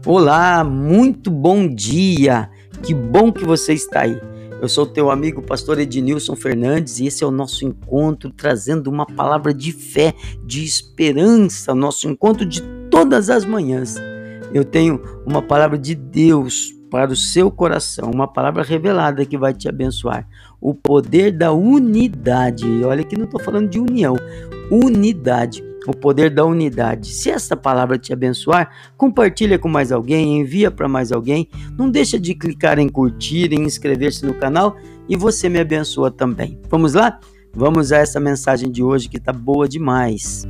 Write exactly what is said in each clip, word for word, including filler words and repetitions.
Olá, muito bom dia, que bom que você está aí. Eu sou teu amigo pastor Ednilson Fernandes e esse é o nosso encontro trazendo uma palavra de fé, de esperança, nosso encontro de todas as manhãs. Eu tenho uma palavra de Deus para o seu coração, uma palavra revelada que vai te abençoar. O poder da unidade. E olha que não estou falando de união, unidade. O poder da unidade. Se essa palavra te abençoar, compartilha com mais alguém, envia para mais alguém. Não deixa de clicar em curtir, em inscrever-se no canal e você me abençoa também. Vamos lá? Vamos a essa mensagem de hoje que está boa demais.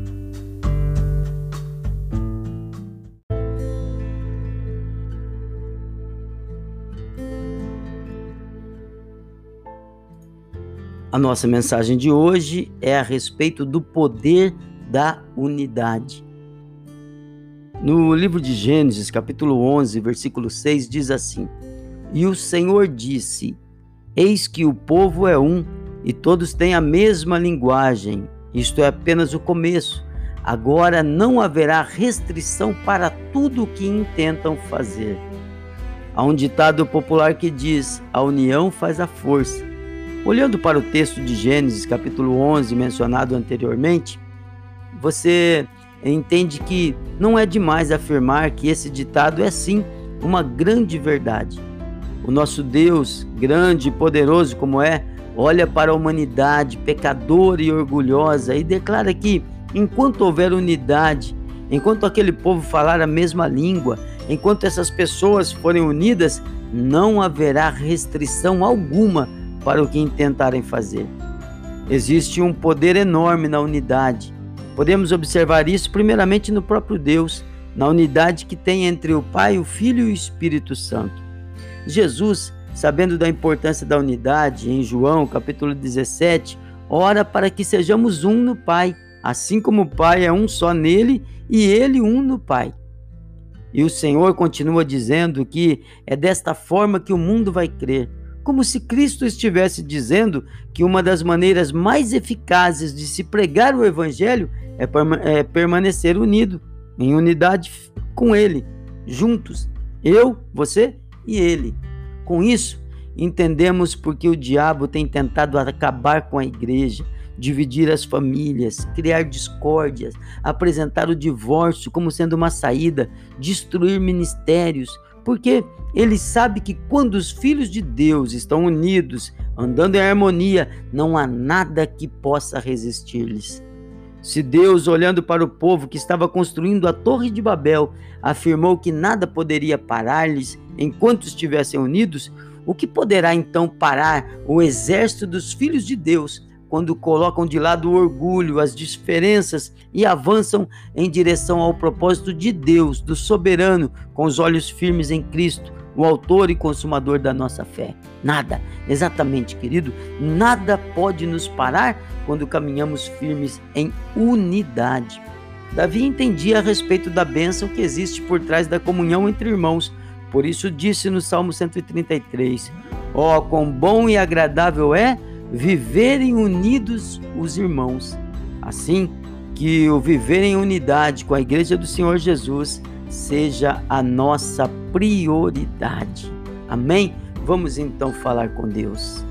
A nossa mensagem de hoje é a respeito do poder da unidade. No livro de Gênesis, capítulo onze, versículo seis, diz assim: E o Senhor disse: Eis que o povo é um, e todos têm a mesma linguagem. Isto é apenas o começo. Agora não haverá restrição para tudo o que intentam fazer. Há um ditado popular que diz: a união faz a força. Olhando para o texto de Gênesis, capítulo onze, mencionado anteriormente, você entende que não é demais afirmar que esse ditado é sim uma grande verdade. O nosso Deus, grande e poderoso como é, olha para a humanidade pecadora e orgulhosa e declara que enquanto houver unidade, enquanto aquele povo falar a mesma língua, enquanto essas pessoas forem unidas, não haverá restrição alguma para o que intentarem fazer. Existe um poder enorme na unidade. Podemos observar isso primeiramente no próprio Deus, na unidade que tem entre o Pai, o Filho e o Espírito Santo. Jesus, sabendo da importância da unidade, em João capítulo dezessete, ora para que sejamos um no Pai, assim como o Pai é um só nele e ele um no Pai. E o Senhor continua dizendo que é desta forma que o mundo vai crer, como se Cristo estivesse dizendo que uma das maneiras mais eficazes de se pregar o Evangelho é, perma- é permanecer unido, em unidade com Ele, juntos, eu, você e Ele. Com isso, entendemos porque o diabo tem tentado acabar com a igreja, dividir as famílias, criar discórdias, apresentar o divórcio como sendo uma saída, destruir ministérios, porque ele sabe que quando os filhos de Deus estão unidos, andando em harmonia, não há nada que possa resistir-lhes. Se Deus, olhando para o povo que estava construindo a Torre de Babel, afirmou que nada poderia parar-lhes enquanto estivessem unidos, o que poderá então parar o exército dos filhos de Deus quando colocam de lado o orgulho, as diferenças e avançam em direção ao propósito de Deus, do soberano, com os olhos firmes em Cristo, o autor e consumador da nossa fé? Nada, exatamente, querido, nada pode nos parar quando caminhamos firmes em unidade. Davi entendia a respeito da bênção que existe por trás da comunhão entre irmãos. Por isso disse no Salmo cento e trinta e três: Ó, quão bom e agradável é viverem unidos os irmãos. Assim que o viver em unidade com a Igreja do Senhor Jesus seja a nossa prioridade. Amém? Vamos então falar com Deus.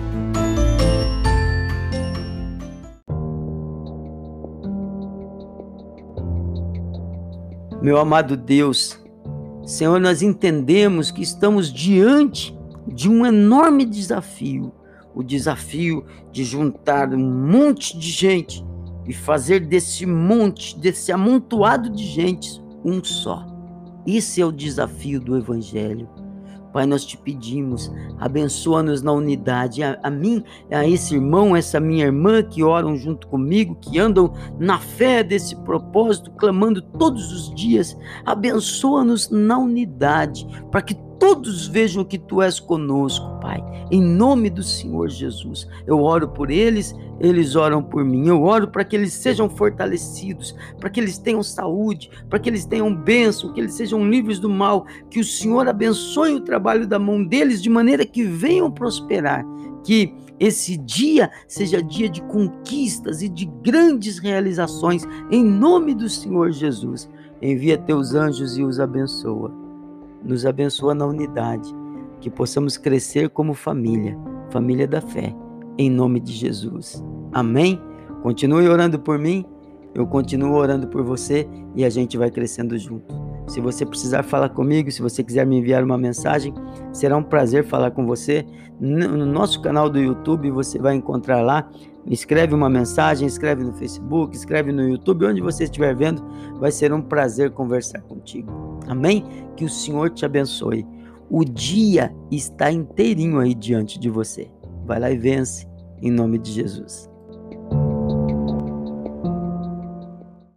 Meu amado Deus, Senhor, nós entendemos que estamos diante de um enorme desafio. O desafio de juntar um monte de gente e fazer desse monte, desse amontoado de gente, um só. Esse é o desafio do Evangelho. Pai, nós te pedimos, abençoa-nos na unidade, a, a mim, a esse irmão, essa minha irmã que oram junto comigo, que andam na fé desse propósito, clamando todos os dias. Abençoa-nos na unidade, para que todos vejam que tu és conosco, Pai, em nome do Senhor Jesus. Eu oro por eles, eles oram por mim. Eu oro para que eles sejam fortalecidos, para que eles tenham saúde, para que eles tenham bênção, que eles sejam livres do mal, que o Senhor abençoe o trabalho da mão deles de maneira que venham prosperar, que esse dia seja dia de conquistas e de grandes realizações, em nome do Senhor Jesus. Envia teus anjos e os abençoa. nos abençoa na unidade, que possamos crescer como família, família da fé, em nome de Jesus. Amém? Continue orando por mim, eu continuo orando por você e a gente vai crescendo junto. Se você precisar falar comigo, se você quiser me enviar uma mensagem, será um prazer falar com você. No nosso canal do YouTube, você vai encontrar lá. Escreve uma mensagem, escreve no Facebook, escreve no YouTube, onde você estiver vendo, vai ser um prazer conversar contigo. Amém? Que o Senhor te abençoe. O dia está inteirinho aí diante de você. Vai lá e vence, em nome de Jesus.